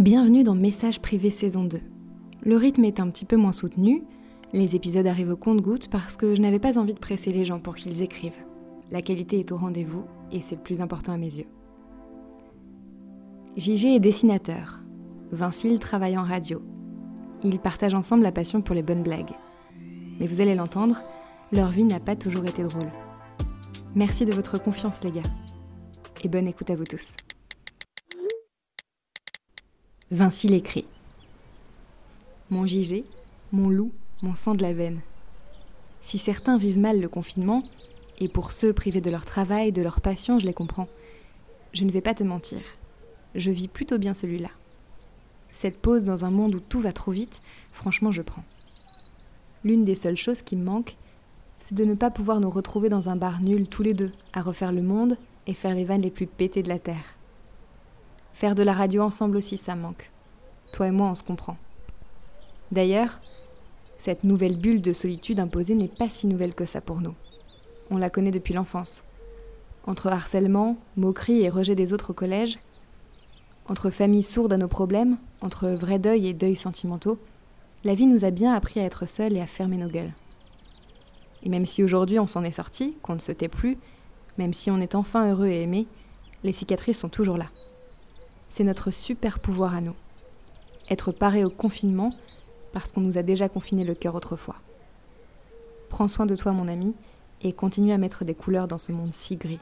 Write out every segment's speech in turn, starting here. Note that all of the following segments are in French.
Bienvenue dans Message privé saison 2. Le rythme est un petit peu moins soutenu, les épisodes arrivent au compte-gouttes parce que je n'avais pas envie de presser les gens pour qu'ils écrivent. La qualité est au rendez-vous et c'est le plus important à mes yeux. JG est dessinateur, Vincile travaille en radio. Ils partagent ensemble la passion pour les bonnes blagues. Mais vous allez l'entendre, leur vie n'a pas toujours été drôle. Merci de votre confiance les gars. Et bonne écoute à vous tous. Vincile écrit. Mon JG, mon loup, mon sang de la veine. Si certains vivent mal le confinement, et pour ceux privés de leur travail, de leur passion, je les comprends. Je ne vais pas te mentir, je vis plutôt bien celui-là. Cette pause dans un monde où tout va trop vite, franchement je prends. L'une des seules choses qui me manque, c'est de ne pas pouvoir nous retrouver dans un bar nul tous les deux, à refaire le monde et faire les vannes les plus pétées de la terre. Faire de la radio ensemble aussi, ça me manque. Toi et moi, on se comprend. D'ailleurs, cette nouvelle bulle de solitude imposée n'est pas si nouvelle que ça pour nous. On la connaît depuis l'enfance. Entre harcèlement, moquerie et rejet des autres au collège, entre familles sourdes à nos problèmes, entre vrai deuil et deuil sentimentaux, la vie nous a bien appris à être seuls et à fermer nos gueules. Et même si aujourd'hui on s'en est sorti, qu'on ne se tait plus, même si on est enfin heureux et aimé, les cicatrices sont toujours là. C'est notre super pouvoir à nous. Être paré au confinement parce qu'on nous a déjà confiné le cœur autrefois. Prends soin de toi mon ami et continue à mettre des couleurs dans ce monde si gris.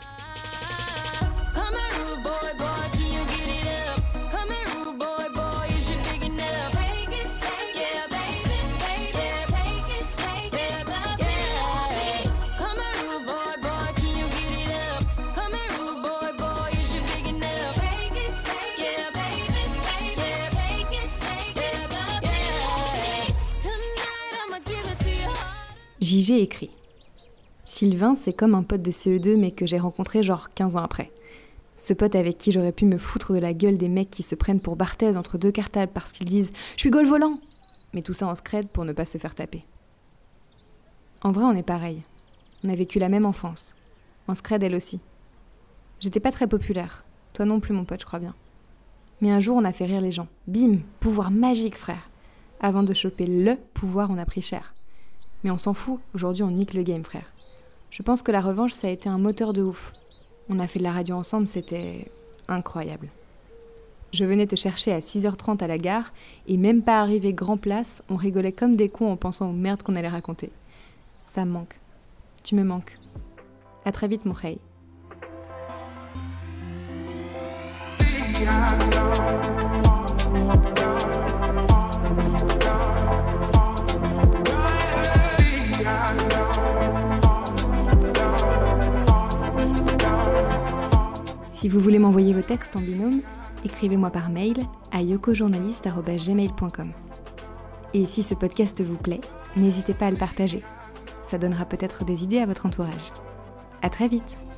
JG écrit. Sylvain, c'est comme un pote de CE2 mais que j'ai rencontré genre 15 ans après. Ce pote avec qui j'aurais pu me foutre de la gueule des mecs qui se prennent pour Barthez entre deux cartables parce qu'ils disent « Je suis goal volant !» Mais tout ça en scred pour ne pas se faire taper. En vrai, on est pareil. On a vécu la même enfance. En scred, elle aussi. J'étais pas très populaire. Toi non plus, mon pote, je crois bien. Mais un jour, on a fait rire les gens. Bim, pouvoir magique, frère. Avant de choper le pouvoir, on a pris cher. Mais on s'en fout, aujourd'hui on nique le game, frère. Je pense que la revanche, ça a été un moteur de ouf. On a fait de la radio ensemble, c'était incroyable. Je venais te chercher à 6h30 à la gare, et même pas arrivé grand place, on rigolait comme des cons en pensant aux merdes qu'on allait raconter. Ça me manque. Tu me manques. À très vite, mon rey. Si vous voulez m'envoyer vos textes en binôme, écrivez-moi par mail à yokojournaliste@gmail.com. Et si ce podcast vous plaît, n'hésitez pas à le partager. Ça donnera peut-être des idées à votre entourage. À très vite!